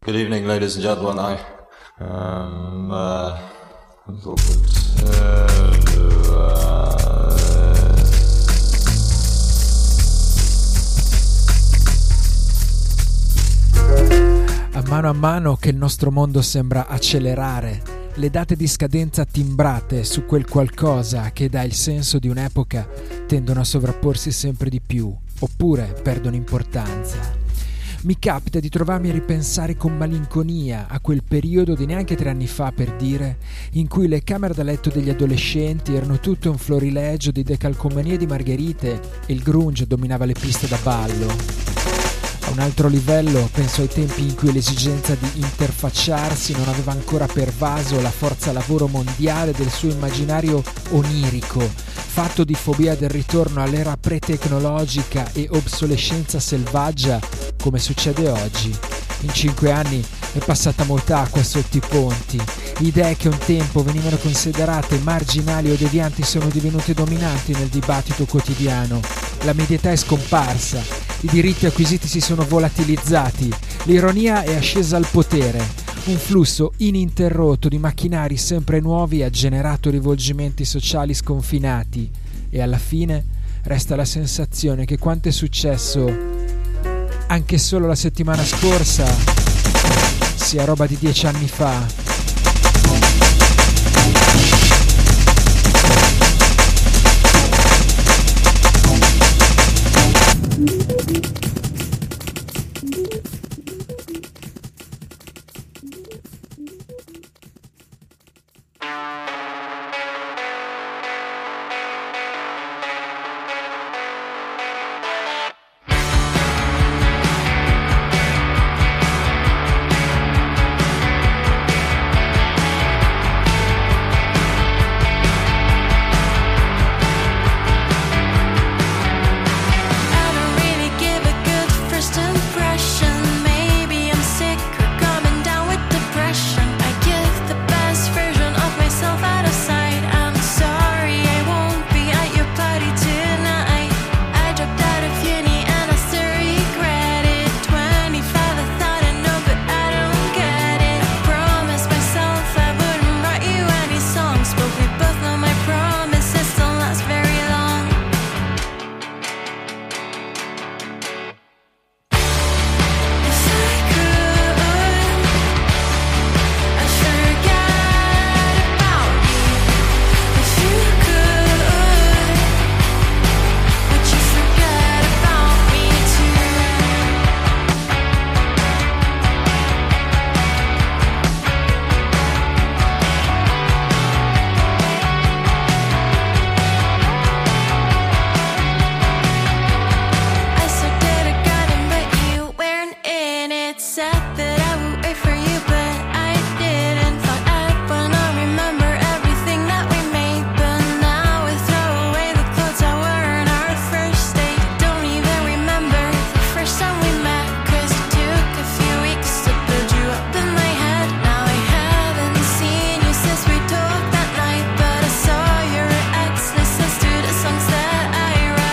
Good evening, ladies and gentlemen. A mano che il nostro mondo sembra accelerare, le date di scadenza timbrate su quel qualcosa che dà il senso di un'epoca tendono a sovrapporsi sempre di più, oppure perdono importanza. Mi capita di trovarmi a ripensare con malinconia a quel periodo di neanche 3 anni fa, per dire, in cui le camere da letto degli adolescenti erano tutto un florilegio di decalcomanie di margherite e il grunge dominava le piste da ballo. A un altro livello penso ai tempi in cui l'esigenza di interfacciarsi non aveva ancora pervaso la forza lavoro mondiale del suo immaginario onirico, fatto di fobia del ritorno all'era pre-tecnologica e obsolescenza selvaggia, come succede oggi. In 5 anni è passata molta acqua sotto i ponti. Idee che un tempo venivano considerate marginali o devianti sono divenute dominanti nel dibattito quotidiano. La medietà è scomparsa, i diritti acquisiti si sono volatilizzati, l'ironia è ascesa al potere. Un flusso ininterrotto di macchinari sempre nuovi ha generato rivolgimenti sociali sconfinati e alla fine resta la sensazione che quanto è successo anche solo la settimana scorsa sia roba di 10 anni fa.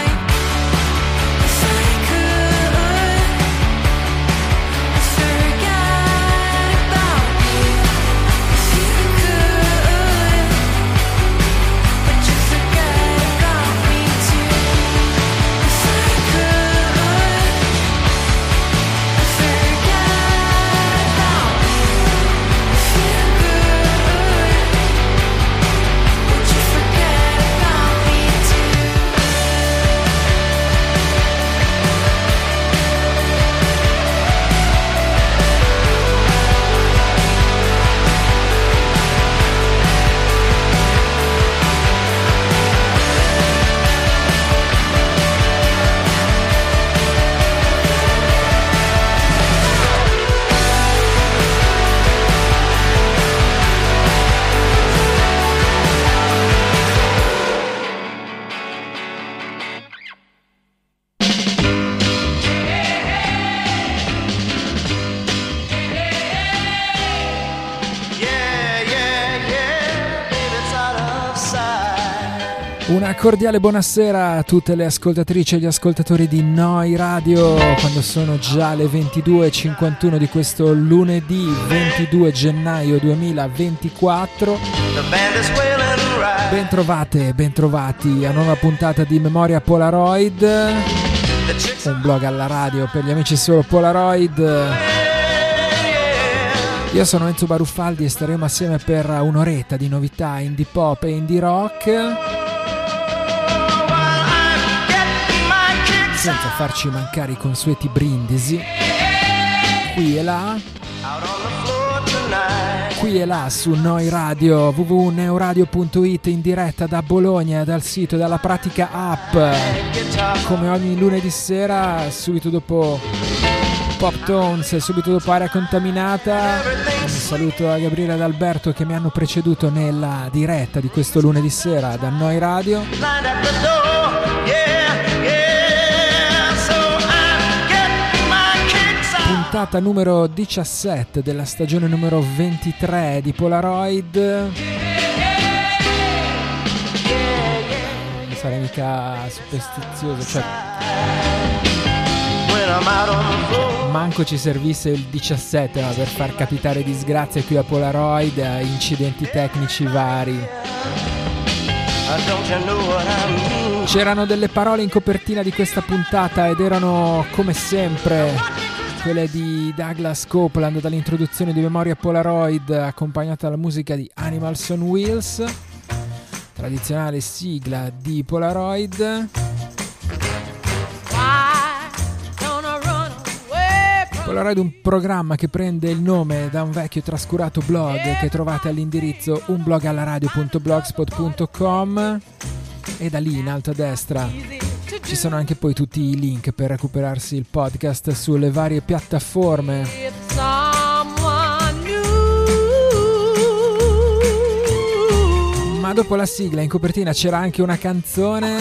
Forget Una cordiale buonasera a tutte le ascoltatrici e gli ascoltatori di Noi Radio, quando sono già le 22:51 di questo lunedì 22 gennaio 2024. Bentrovate, bentrovati a nuova puntata di Memoria Polaroid, un blog alla radio per gli amici solo Polaroid. Io sono Enzo Baruffaldi e staremo assieme per un'oretta di novità indie pop e indie rock, senza farci mancare i consueti brindisi qui e là su Noi Radio, www.neuradio.it, in diretta da Bologna, dal sito e dalla pratica app, come ogni lunedì sera, subito dopo Pop Tones, subito dopo Aria Contaminata. Un saluto a Gabriele ed Alberto che mi hanno preceduto nella diretta di questo lunedì sera da Noi Radio. Puntata numero 17 della stagione numero 23 di Polaroid. Non sarei mica superstizioso, cioè manco ci servisse il 17 per far capitare disgrazie qui a Polaroid, incidenti tecnici vari. C'erano delle parole in copertina di questa puntata ed erano come sempre quelle di Douglas Copeland dall'introduzione di Memoria Polaroid, accompagnata dalla musica di Animals on Wheels, tradizionale sigla di Polaroid. Polaroid è un programma che prende il nome da un vecchio trascurato blog che trovate all'indirizzo unblogallaradio.blogspot.com, e da lì in alto a destra ci sono anche poi tutti i link per recuperarsi il podcast sulle varie piattaforme. Ma dopo la sigla in copertina c'era anche una canzone.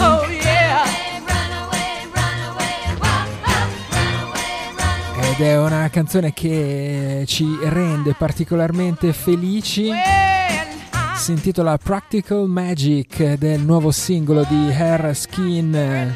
Ed è una canzone che ci rende particolarmente felici. Si intitola Practical Magic, del nuovo singolo di Erskine.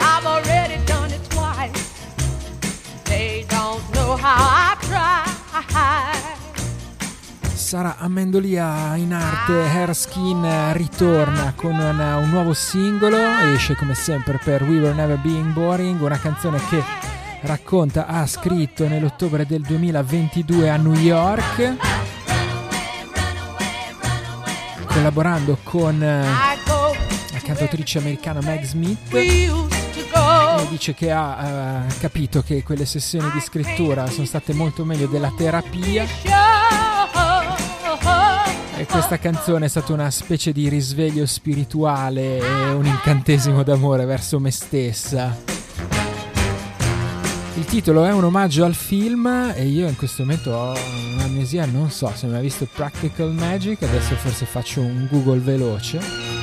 Sara Amendolia in arte. Erskine ritorna con un nuovo singolo, esce come sempre per We Were Never Being Boring, una canzone che ha scritto nell'ottobre del 2022 a New York, collaborando con la cantautrice americana Meg Smith, e dice che ha capito che quelle sessioni di scrittura sono state molto meglio della terapia, e questa canzone è stata una specie di risveglio spirituale e un incantesimo d'amore verso me stessa. Il titolo è un omaggio al film e io in questo momento ho un'amnesia, non so se mi ha visto Practical Magic, adesso forse faccio un Google veloce.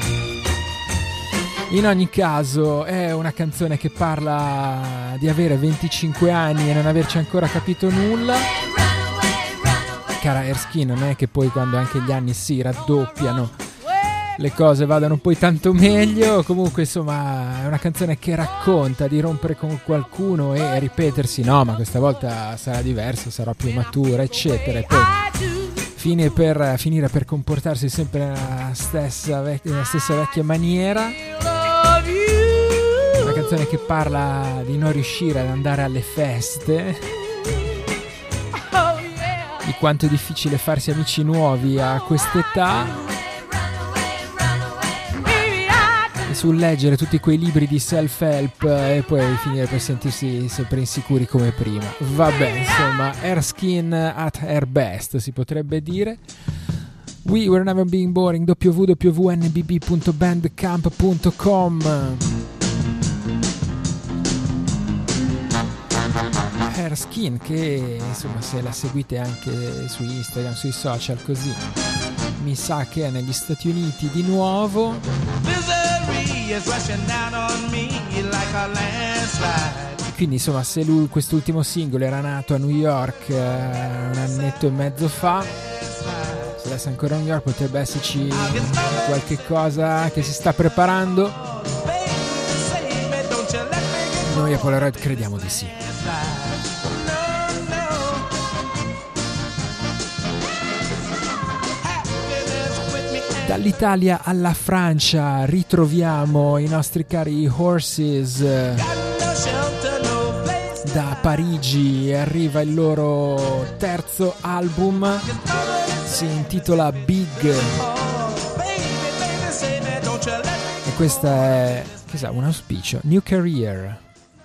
In ogni caso è una canzone che parla di avere 25 anni e non averci ancora capito nulla. Cara Erskine, non è che poi quando anche gli anni si raddoppiano le cose vadano poi tanto meglio. Comunque insomma è una canzone che racconta di rompere con qualcuno e ripetersi no, ma questa volta sarà diverso, sarò più matura, eccetera, e poi finire per comportarsi sempre nella stessa vecchia maniera. Una canzone che parla di non riuscire ad andare alle feste, di quanto è difficile farsi amici nuovi a quest'età, sul leggere tutti quei libri di self-help e poi finire per sentirsi sempre insicuri come prima. Vabbè, insomma, Erskine at her best, si potrebbe dire. We Were Never Being Boring, www.nbb.bandcamp.com. Erskine, che insomma, se la seguite anche su Instagram, sui social, così mi sa che è negli Stati Uniti di nuovo. Quindi insomma, se quest'ultimo singolo era nato a New York un annetto e mezzo fa, adesso ancora a New York, potrebbe esserci qualche cosa che si sta preparando. Noi a Polaroid crediamo di sì. Dall'Italia alla Francia ritroviamo i nostri cari Horses. Da Parigi arriva il loro terzo album, si intitola Big e questo è, che sa, un auspicio, New Career.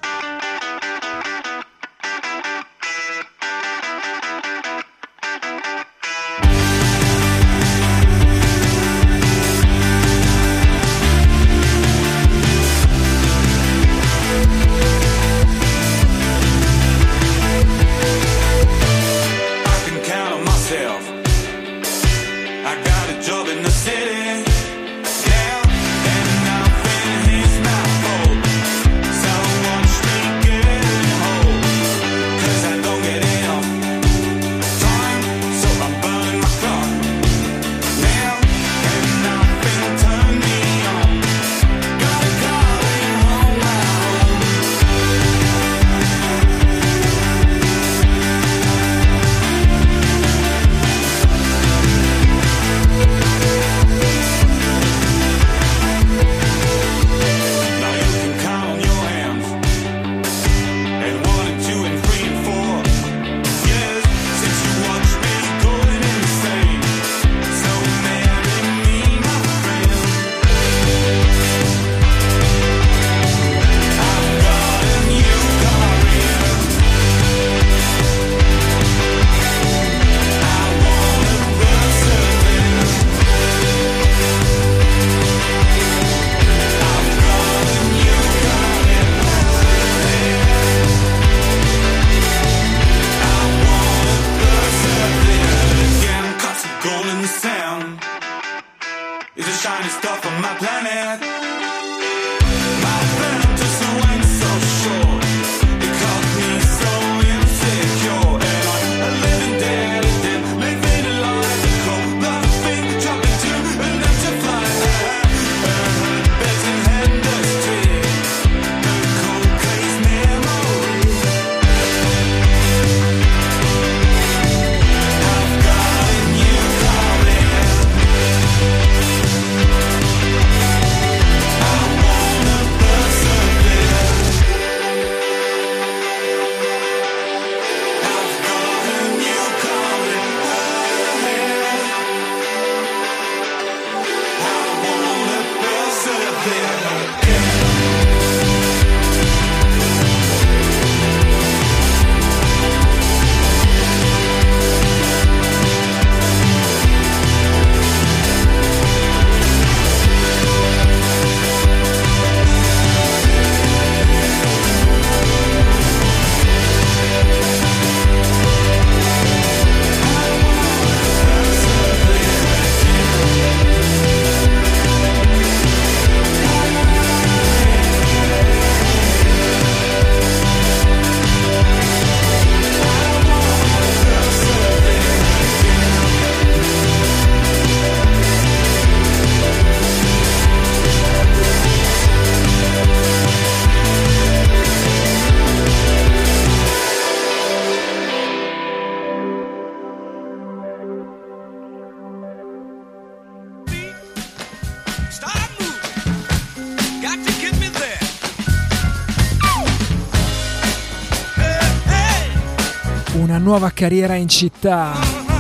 Una nuova carriera in città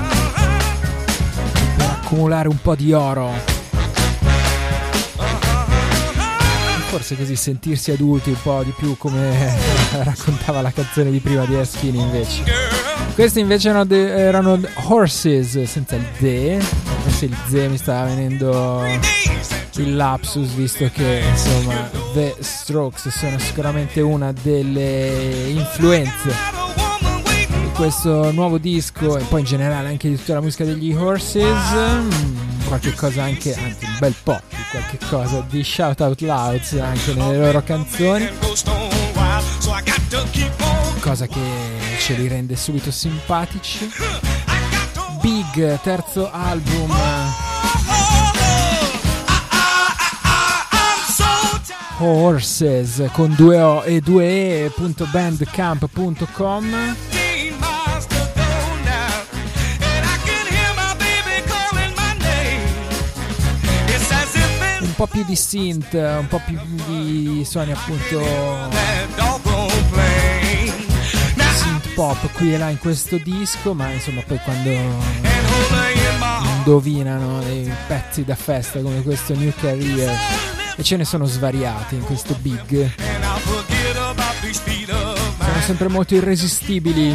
per accumulare un po' di oro. Forse così sentirsi adulti un po' di più, come raccontava la canzone di prima di Eschini invece. Questi invece erano Horses senza il The. Forse il The mi stava venendo il lapsus, visto che insomma The Strokes sono sicuramente una delle influenze questo nuovo disco e poi in generale anche di tutta la musica degli Horses. Qualche cosa anche un bel po' di qualche cosa di Shout Out Loud anche nelle loro canzoni, cosa che ce li rende subito simpatici. Big, terzo album. Horses con 2O e 2E.bandcamp.com. Un po' più di synth, un po' più di suoni appunto synth pop qui e là in questo disco, ma insomma poi quando indovinano dei pezzi da festa come questo New Career, e ce ne sono svariati in questo Big, sono sempre molto irresistibili.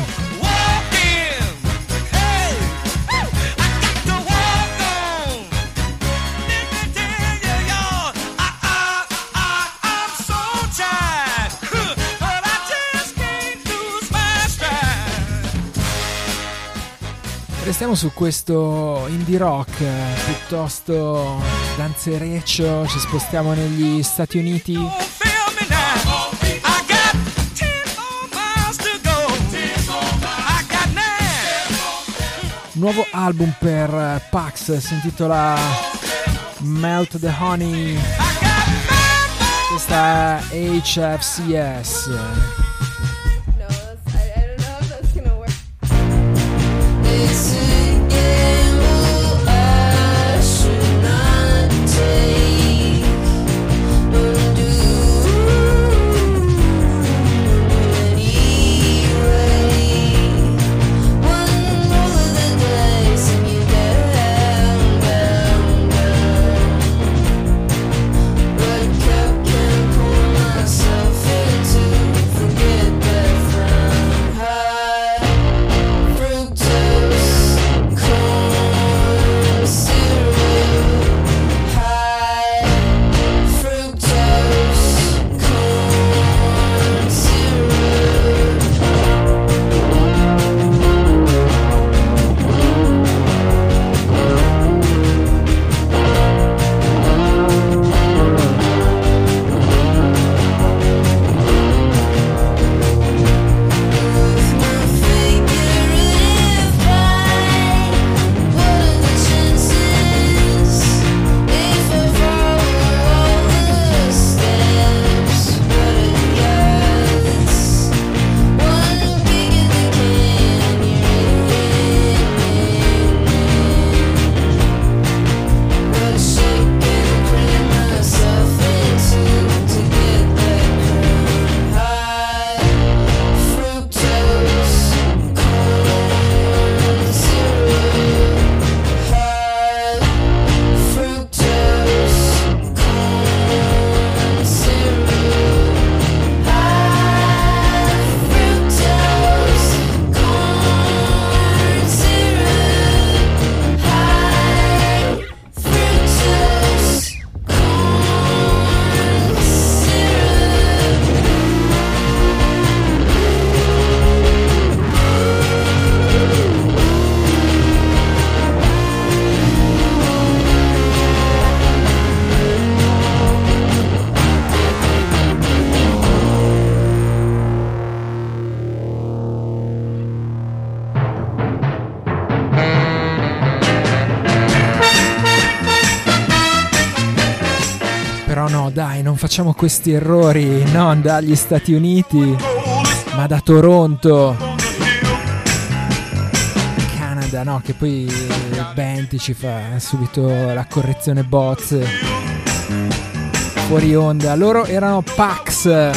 Restiamo su questo indie rock piuttosto danzereccio, ci spostiamo negli Stati Uniti. Nuovo album per Pax, si intitola Melt the Honey, questa HFCS. Dai, non facciamo questi errori, non dagli Stati Uniti, ma da Toronto, Canada, no, che poi Benti ci fa subito la correzione bots fuori onda. Loro erano Pax,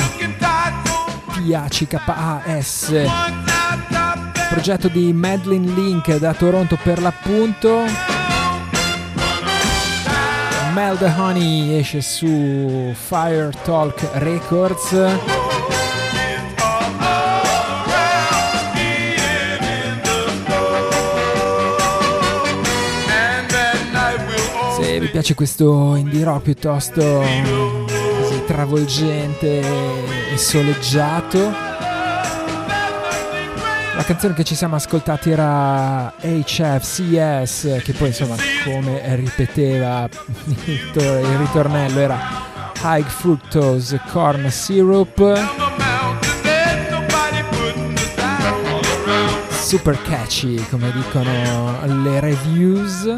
P-A-C-K-A-S, progetto di Madeline Link da Toronto per l'appunto. Melt the Honey esce su Fire Talk Records. Se vi piace questo indie rock piuttosto così travolgente e soleggiato, la canzone che ci siamo ascoltati era HFCS, che poi insomma, come ripeteva il ritornello, era High Fructose Corn Syrup. super catchy, come dicono le reviews.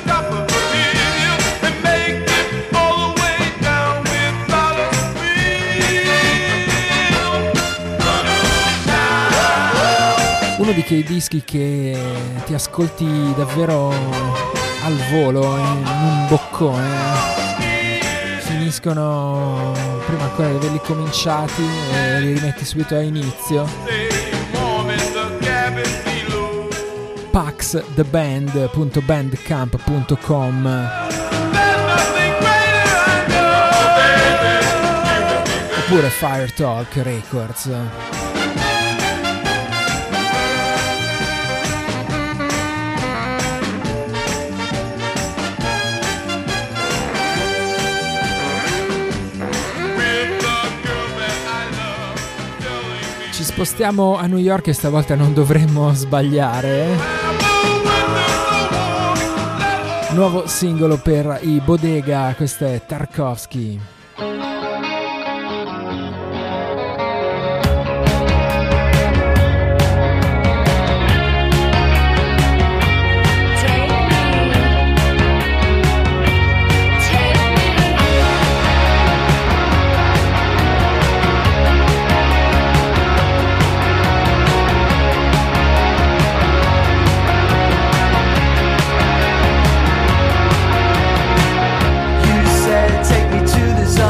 Uno di quei dischi che ti ascolti davvero al volo, in un boccone. Finiscono prima ancora di averli cominciati e li rimetti subito a inizio. paxtheband.bandcamp.com oppure Fire Talk Records. Ci spostiamo a New York e stavolta non dovremmo sbagliare. Nuovo singolo per i Bodega, questo è Tarkovsky. Take me to the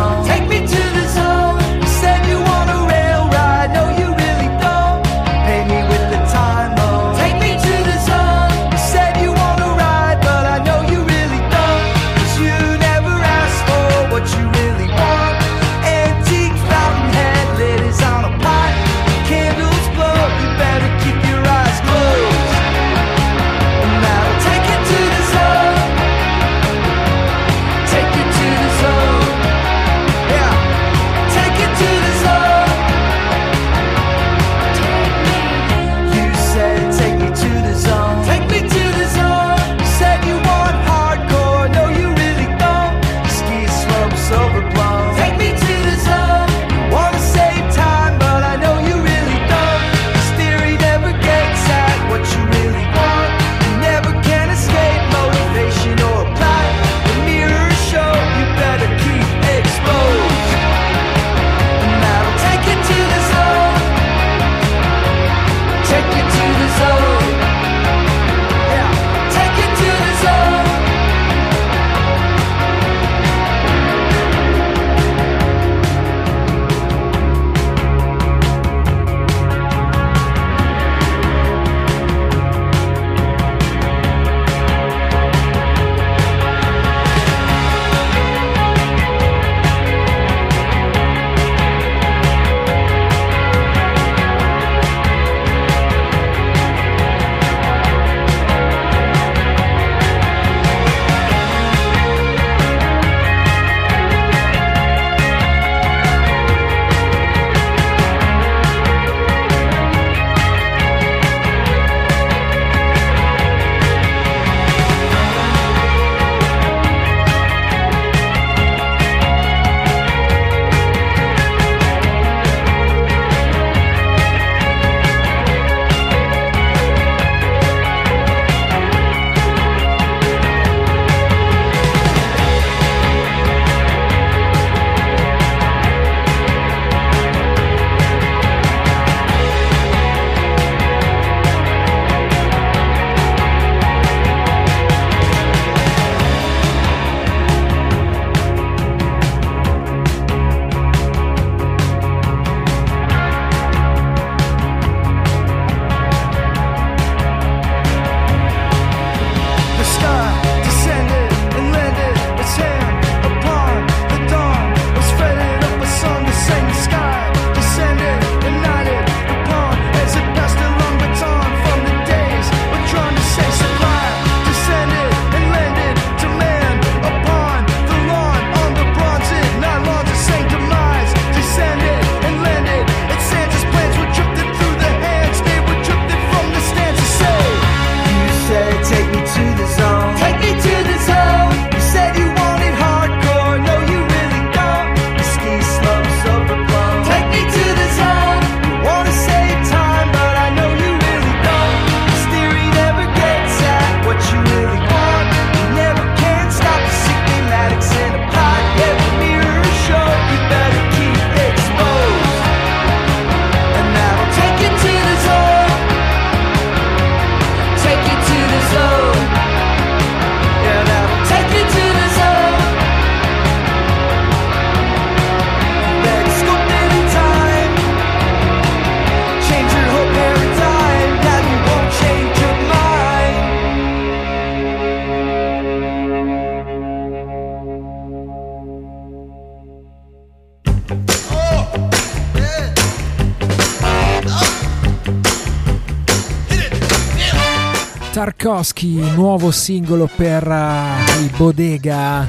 Tarkovsky, nuovo singolo per il Bodega,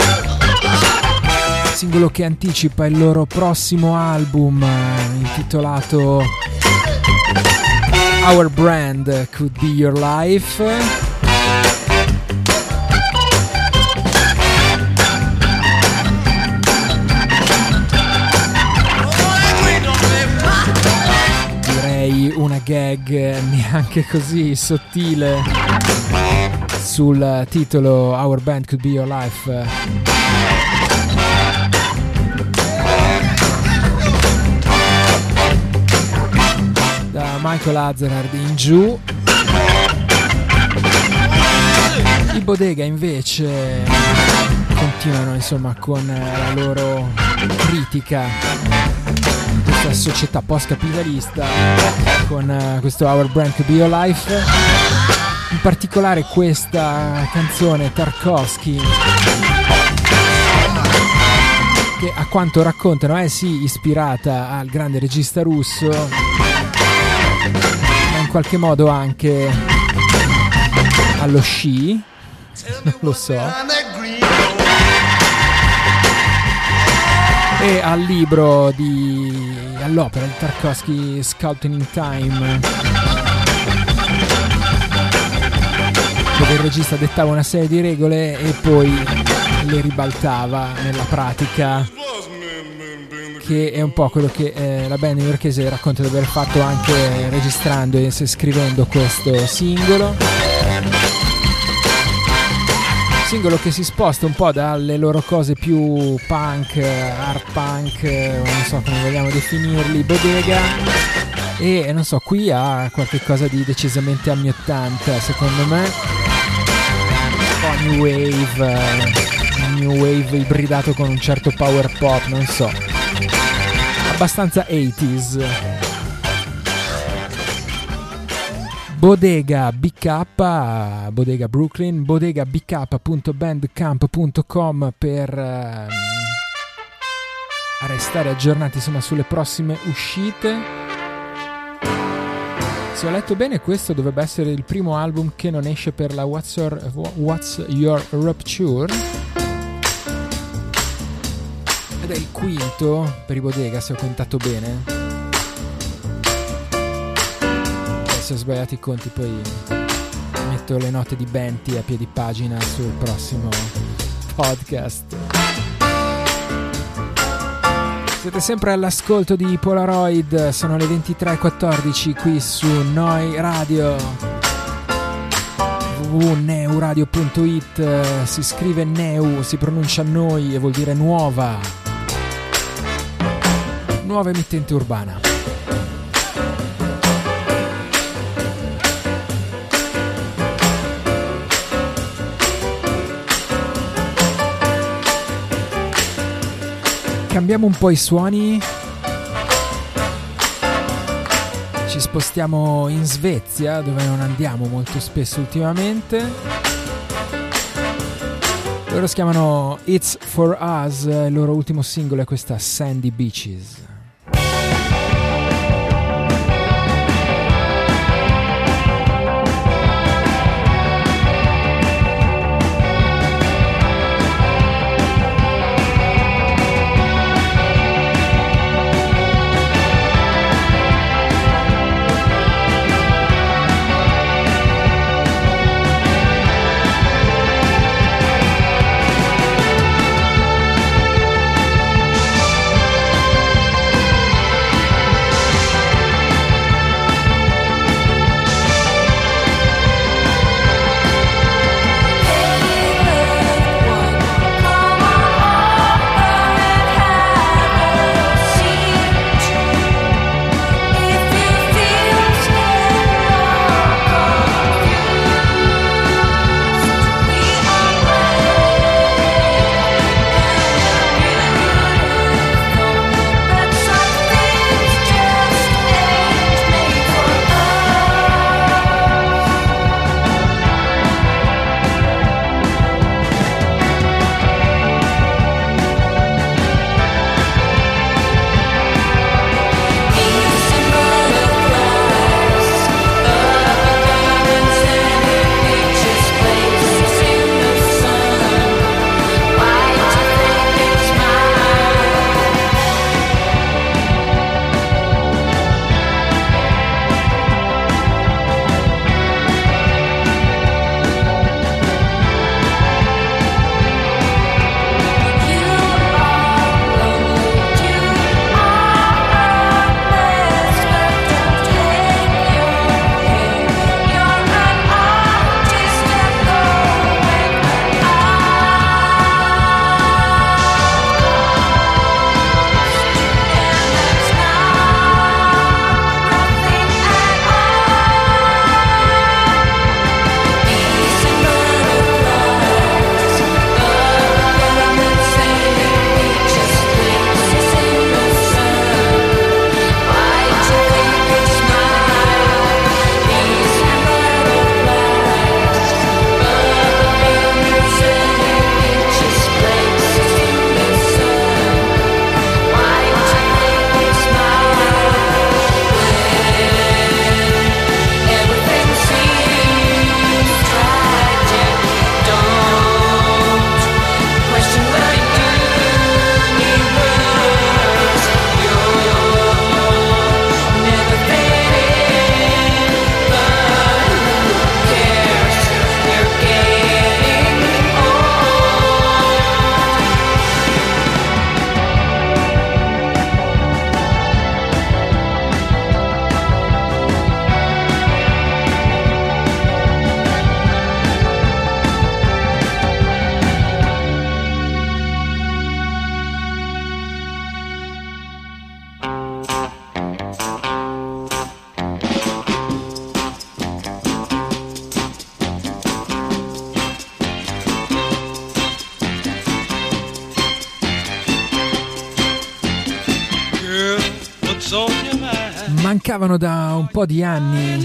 singolo che anticipa il loro prossimo album intitolato Our Brand Could Be Your Life. Una gag neanche così sottile sul titolo Our Band Could Be Your Life. Da Michael Azerhard in giù. I Bodega invece continuano insomma con la loro critica questa società post-capitalista con questo Our Brand Could Be Your Life, in particolare questa canzone Tarkovsky, che a quanto raccontano è sì ispirata al grande regista russo, ma in qualche modo anche allo sci, non lo so, e al libro all'opera di Tarkovsky Sculpting in Time, dove il regista dettava una serie di regole e poi le ribaltava nella pratica, che è un po' quello che la band newyorkese racconta di aver fatto anche registrando e scrivendo questo singolo che si sposta un po' dalle loro cose più punk, art punk, non so come vogliamo definirli, Bodega, e non so, qui ha qualche cosa di decisamente anni 80 secondo me, un po' new wave ibridato con un certo power pop, non so, abbastanza 80s. Bodega BK, Bodega Brooklyn, bodegabk.bandcamp.com per restare aggiornati insomma sulle prossime uscite. Se ho letto bene, questo dovrebbe essere il primo album che non esce per la What's Your Rupture, ed è il quinto per i Bodega, se ho contato bene. Se ho sbagliato i conti poi metto le note di Benti a piedi pagina sul prossimo podcast. Siete sempre all'ascolto di Polaroid, sono le 23:14 qui su Noi Radio, www.neuradio.it, si scrive Neu, si pronuncia Noi e vuol dire nuova emittente urbana. Cambiamo un po' i suoni, ci spostiamo in Svezia, dove non andiamo molto spesso ultimamente. Loro si chiamano It's For Us, il loro ultimo singolo è questa Sandy Beaches. mancavano da un po' di anni.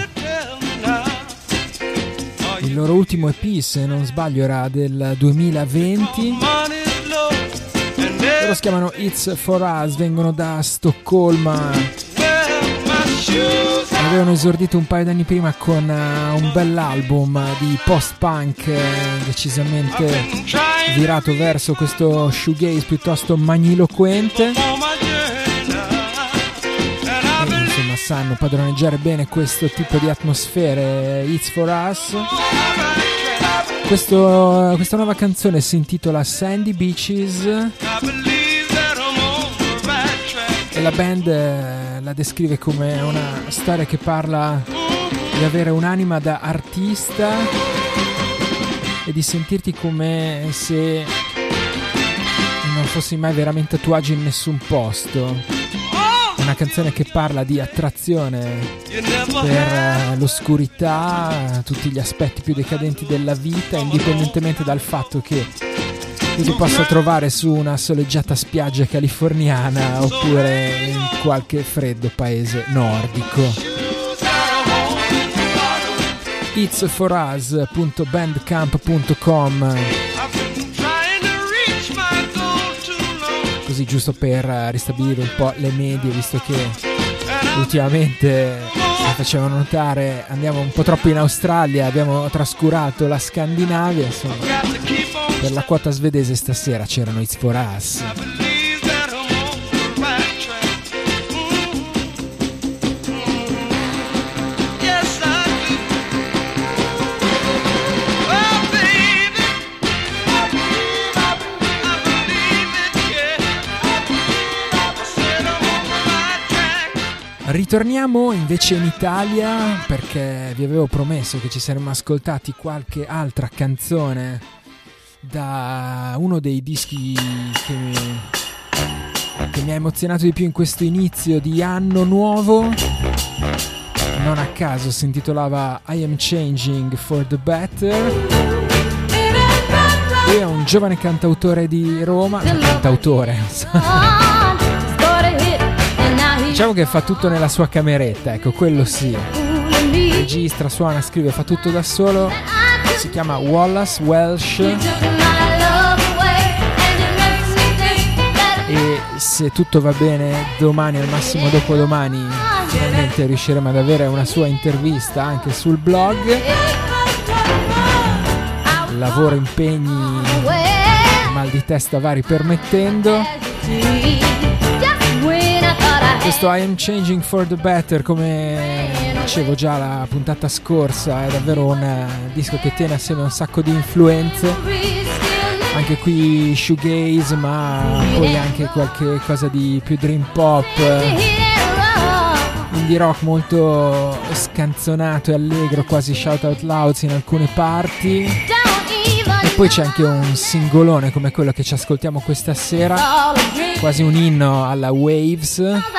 Il loro ultimo EP, se non sbaglio, era del 2020. Loro si chiamano It's For Us, vengono da Stoccolma. Avevano esordito un paio d'anni prima con un bell'album di post-punk decisamente virato verso questo shoegaze piuttosto magniloquente. E, insomma, sanno padroneggiare bene questo tipo di atmosfere. It's For Us. Questa nuova canzone si intitola Sandy Beaches e la band la descrive come una storia che parla di avere un'anima da artista e di sentirti come se non fossi mai veramente a tuo agio in nessun posto. Una canzone che parla di attrazione per l'oscurità, tutti gli aspetti più decadenti della vita, indipendentemente dal fatto che tu ti possa trovare su una soleggiata spiaggia californiana oppure in qualche freddo paese nordico. itsforus.bandcamp.com, così giusto per ristabilire un po' le medie, visto che ultimamente mi facevano notare andiamo un po' troppo in Australia, abbiamo trascurato la Scandinavia, insomma. Per la quota svedese stasera c'erano It's For Us. Ritorniamo invece in Italia perché vi avevo promesso che ci saremmo ascoltati qualche altra canzone da uno dei dischi che mi ha emozionato di più in questo inizio di anno nuovo. Non a caso si intitolava I Am Changing For The Better. Lui è un giovane cantautore di Roma, diciamo che fa tutto nella sua cameretta, ecco, quello sì. Registra, suona, scrive, fa tutto da solo. Si chiama Wallace Welsh. E se tutto va bene, domani, al massimo dopodomani, finalmente riusciremo ad avere una sua intervista anche sul blog. Lavoro, impegni, mal di testa vari permettendo. Questo I Am Changing For The Better, come dicevo già la puntata scorsa, è davvero un disco che tiene assieme un sacco di influenze, anche qui shoegaze, ma poi anche qualche cosa di più dream pop, indie rock molto scanzonato e allegro, quasi shout out loud in alcune parti. E poi c'è anche un singolone come quello che ci ascoltiamo questa sera, quasi un inno alla Waves.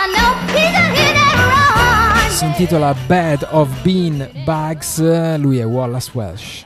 Si intitola Bed of Bean Bags. Lui è Wallace Welsh.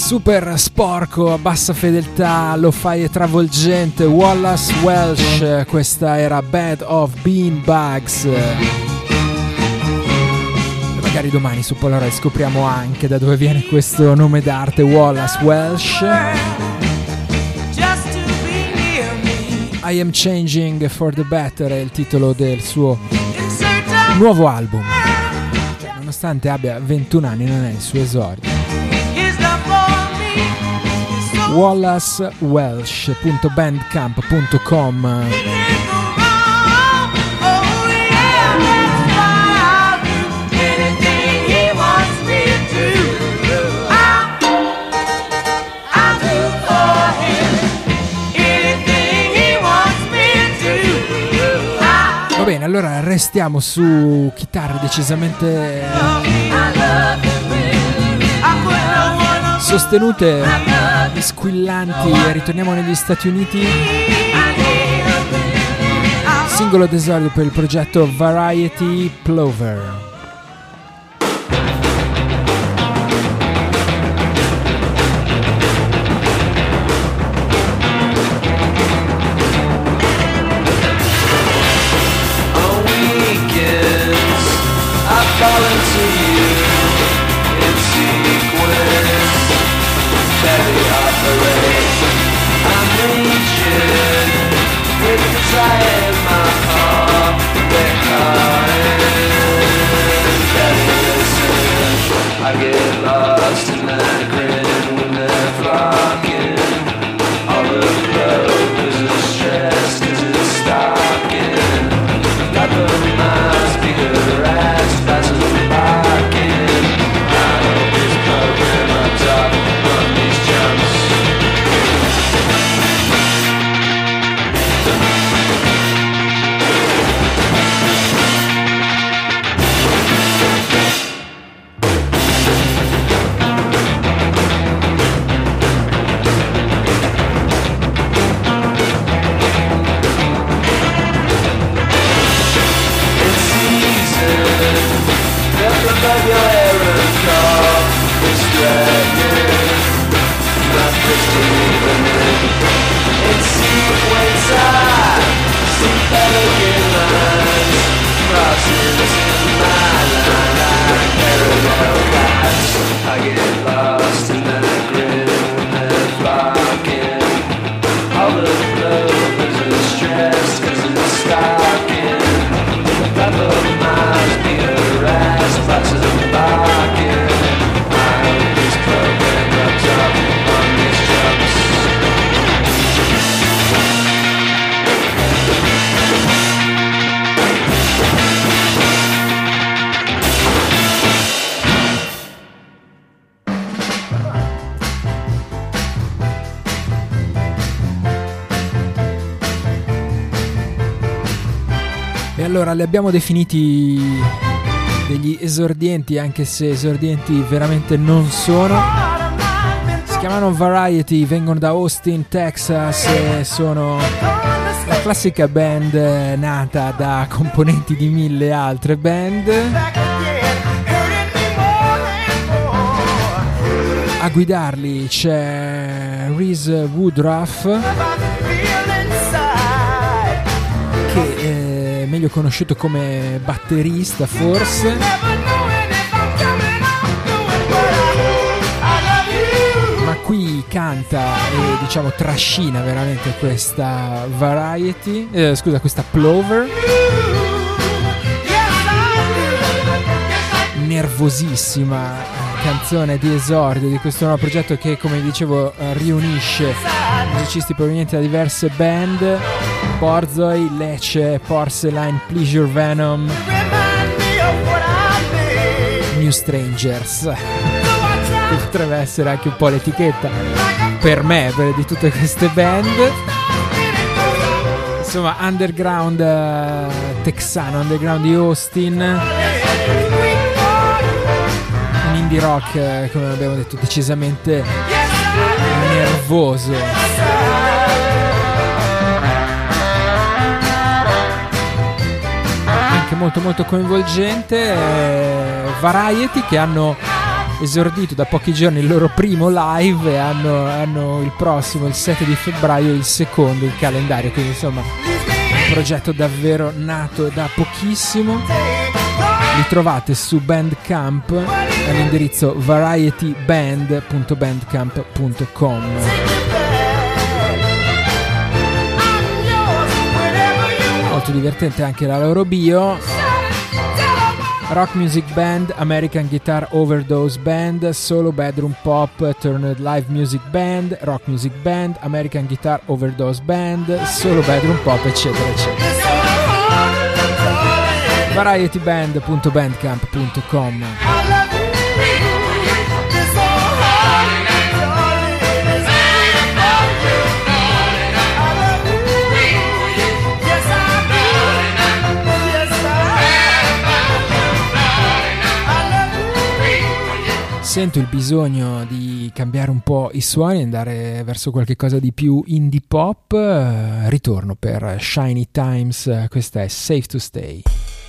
super sporco, a bassa fedeltà, lo fai e travolgente, Wallace Welsh, questa era Bed of Beanbags. Magari domani su Polaroid scopriamo anche da dove viene questo nome d'arte, Wallace Welsh. I Am Changing for the Better è il titolo del suo nuovo album. Nonostante abbia 21 anni non è il suo esordio. wallacewelsh.bandcamp.com. Va bene, allora restiamo su chitarre decisamente sostenute, squillanti, e ritorniamo negli Stati Uniti. Singolo d'esordio per il progetto Variety, Plover. I get lost in that grin when they're flocking. All the clothes are stressed 'cause it's stocking. Got the miles bigger as fast as I'm barking. I hope this program runs up on these jumps. I get lost in that grin when they're flocking. All the clothes are stressed 'cause it's stocking. Got the miles bigger as fast as I'm barking. I hope this program runs up on these jumps. E allora li abbiamo definiti degli esordienti, anche se esordienti veramente non sono. Si chiamano Variety, vengono da Austin, Texas e sono la classica band nata da componenti di 1000 altre band. A guidarli c'è Reese Woodruff, che meglio conosciuto come batterista forse, ma qui canta e diciamo trascina veramente questa Variety, questa Plover, nervosissima canzone di esordio di questo nuovo progetto che, come dicevo, riunisce musicisti provenienti da diverse band: Borzoi, Lecce, Porcelain, Pleasure Venom, New Strangers, che potrebbe essere anche un po' l'etichetta per me di tutte queste band. Insomma, underground texano, underground di Austin, un indie rock, come abbiamo detto, decisamente nervoso. Anche molto molto coinvolgente. Variety, che hanno esordito da pochi giorni il loro primo live e hanno il prossimo, il 7 di febbraio, il secondo in calendario, quindi insomma un progetto davvero nato da pochissimo. Li trovate su Bandcamp all'indirizzo varietyband.bandcamp.com. Molto divertente anche la loro bio. Rock Music Band, American Guitar Overdose Band, Solo Bedroom Pop Turned Live Music Band, Rock Music Band, American Guitar Overdose Band, Solo Bedroom Pop, eccetera eccetera. varietyband.bandcamp.com. Sento il bisogno di cambiare un po' i suoni, andare verso qualche cosa di più indie pop. Ritorno per Shiny Times, questa è Safe to Stay.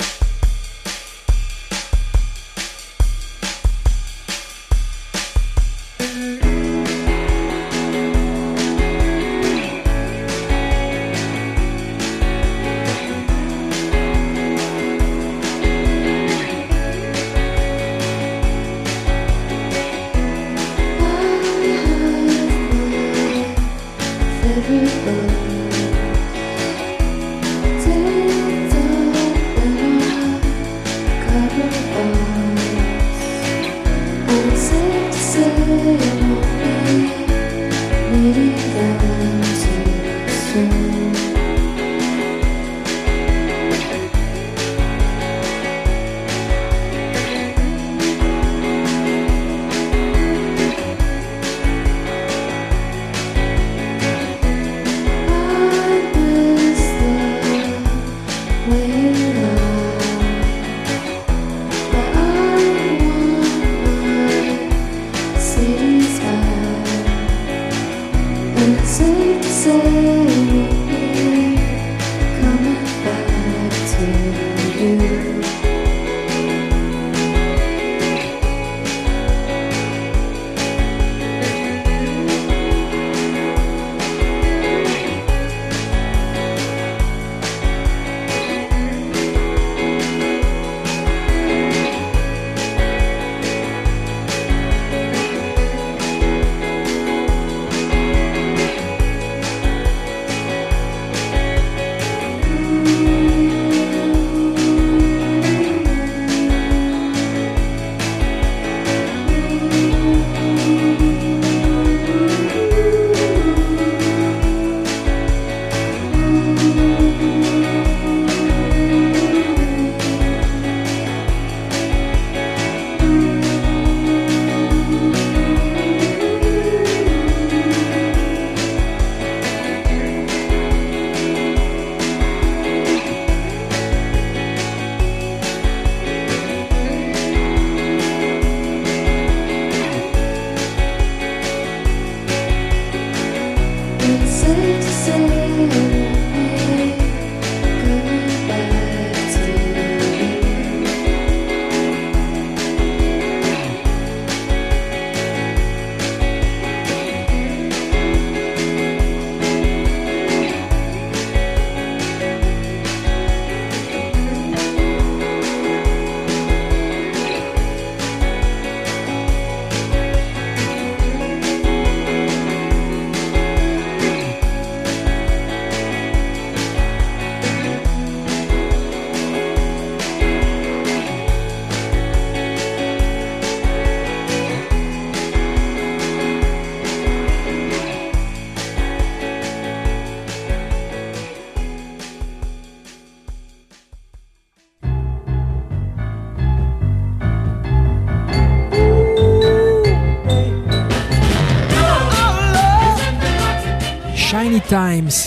Shiny Times,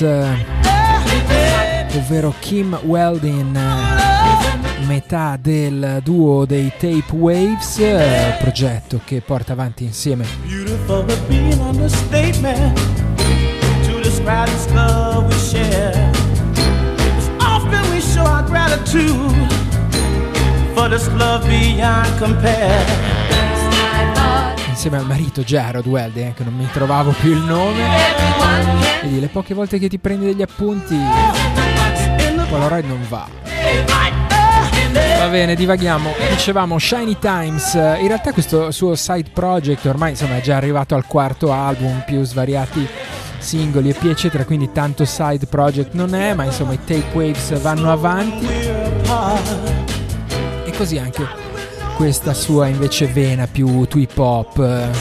ovvero Kim Weldon, metà del duo dei Tape Waves, progetto che porta avanti insieme Beautiful but being understatement to describe this love we share. As often we show our gratitude for this love beyond compare. insieme al marito Gerard Welding, che non mi trovavo più il nome. Vedi, le poche volte che ti prendi degli appunti Polaroid non va. Va bene, divaghiamo. Dicevamo Shiny Times, in realtà questo suo side project ormai insomma è già arrivato al quarto album, più svariati singoli EP eccetera, quindi tanto side project non è, ma insomma i Tape Waves vanno avanti, e così anche questa sua invece vena più hip hop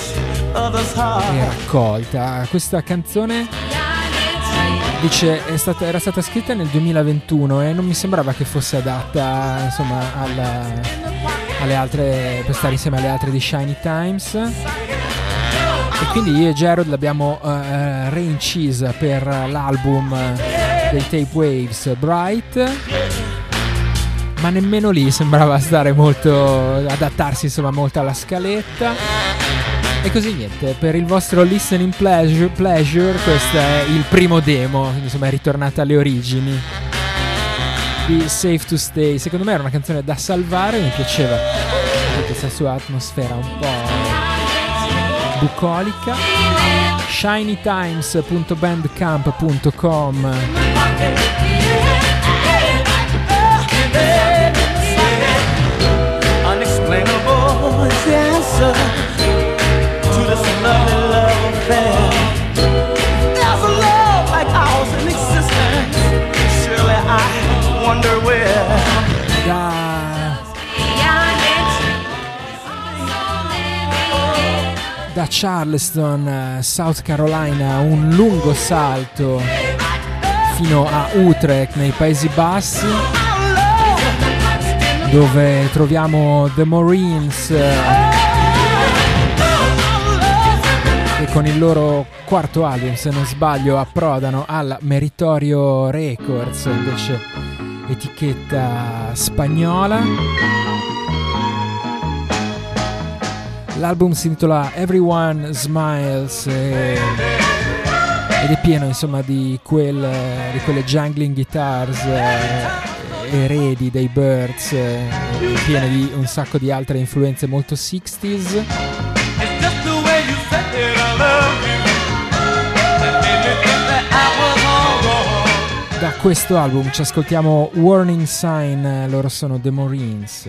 e raccolta. Questa canzone dice era stata scritta nel 2021 e non mi sembrava che fosse adatta insomma alle altre, per stare insieme alle altre di Shiny Times, e quindi io e Gerard l'abbiamo reincisa per l'album dei Tape Waves Bright, ma nemmeno lì sembrava stare molto, adattarsi insomma molto alla scaletta. E così niente, per il vostro listening pleasure questo è il primo demo, quindi insomma è ritornata alle origini di Safe to Stay. Secondo me era una canzone da salvare, mi piaceva questa sua atmosfera un po' bucolica. shinytimes.bandcamp.com. Unexplainable is the answer to this lovely love affair. There's a love like ours in existence. Surely I wonder where. Da Charleston, South Carolina, un lungo salto fino a Utrecht nei Paesi Bassi, dove troviamo The Marines, che con il loro quarto album, se non sbaglio, approdano al Meritorio Records, invece etichetta spagnola. L'album si intitola Everyone Smiles ed è pieno insomma di quelle jangling guitars eredi dei Byrds, piene di un sacco di altre influenze molto 60s. Da questo album ci ascoltiamo Warning Sign, loro sono The Marines.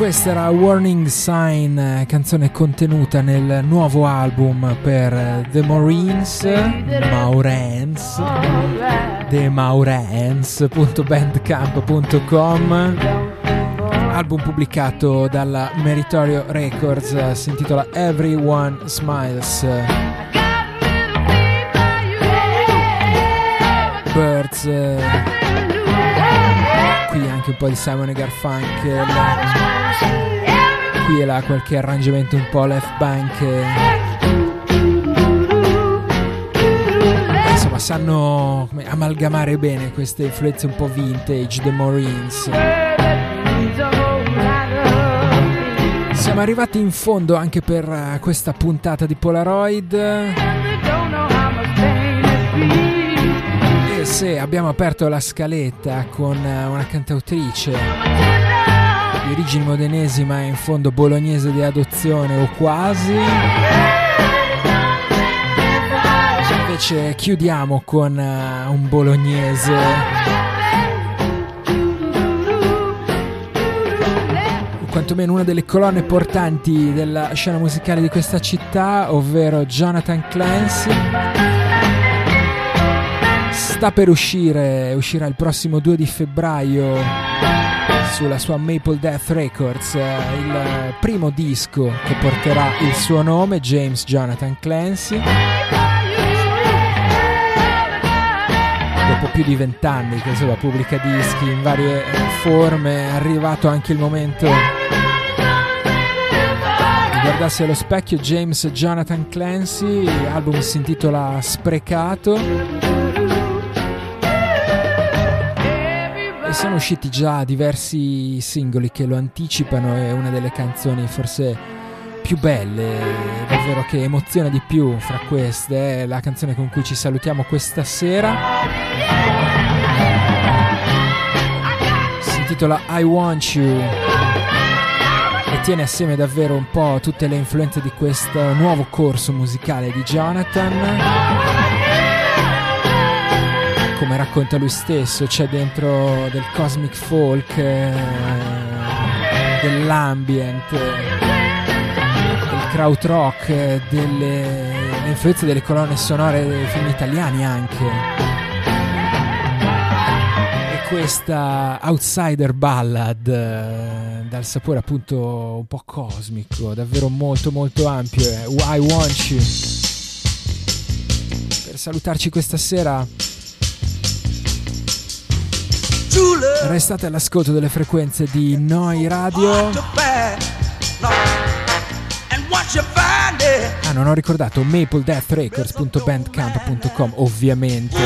Questa era Warning Sign, canzone contenuta nel nuovo album per The Maurens.bandcamp.com, album pubblicato dalla Meritorio Records, si intitola Everyone Smiles. Birds, qui anche un po' di Simon & Garfunkel, qui e là qualche arrangiamento un po' left bank, insomma sanno amalgamare bene queste influenze un po' vintage, The Marines. Siamo arrivati in fondo anche per questa puntata di Polaroid. E se abbiamo aperto la scaletta con una cantautrice di origini modenesi ma in fondo bolognese di adozione o quasi, invece chiudiamo con un bolognese o quantomeno una delle colonne portanti della scena musicale di questa città, ovvero Jonathan Clancy. Sta per uscirà il prossimo 2 di febbraio sulla sua Maple Death Records il primo disco che porterà il suo nome, James Jonathan Clancy. Dopo più di 20 anni che insomma pubblica dischi in varie forme, è arrivato anche il momento di guardarsi allo specchio. James Jonathan Clancy, l'album si intitola Sprecato. Sono usciti già diversi singoli che lo anticipano, è una delle canzoni forse più belle, davvero che emoziona di più fra queste, è la canzone con cui ci salutiamo questa sera. Si intitola I Want You e tiene assieme davvero un po' tutte le influenze di questo nuovo corso musicale di Jonathan. Come racconta lui stesso, c'è dentro del cosmic folk, dell'ambient, del krautrock, delle influenze delle colonne sonore dei film italiani anche. E questa outsider ballad dal sapore appunto un po' cosmico, davvero molto molto ampio, I Want You. Per salutarci questa sera restate all'ascolto delle frequenze di Noi Radio. Non ho ricordato mapledeathrecords.bandcamp.com ovviamente.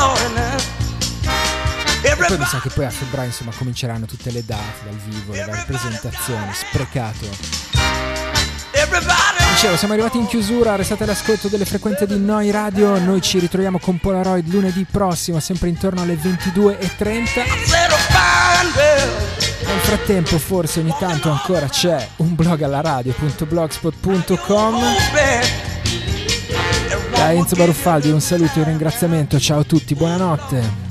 E poi mi sa che poi a febbraio insomma cominceranno tutte le date dal vivo, le varie presentazioni. Sprecato. Dicevo, siamo arrivati in chiusura, restate all'ascolto delle frequenze di Noi Radio. Noi ci ritroviamo con Polaroid lunedì prossimo, sempre intorno alle 22:30. Nel frattempo forse ogni tanto ancora c'è un blog alla radio.blogspot.com. Da Enzo Baruffaldi un saluto e un ringraziamento, ciao a tutti, buonanotte.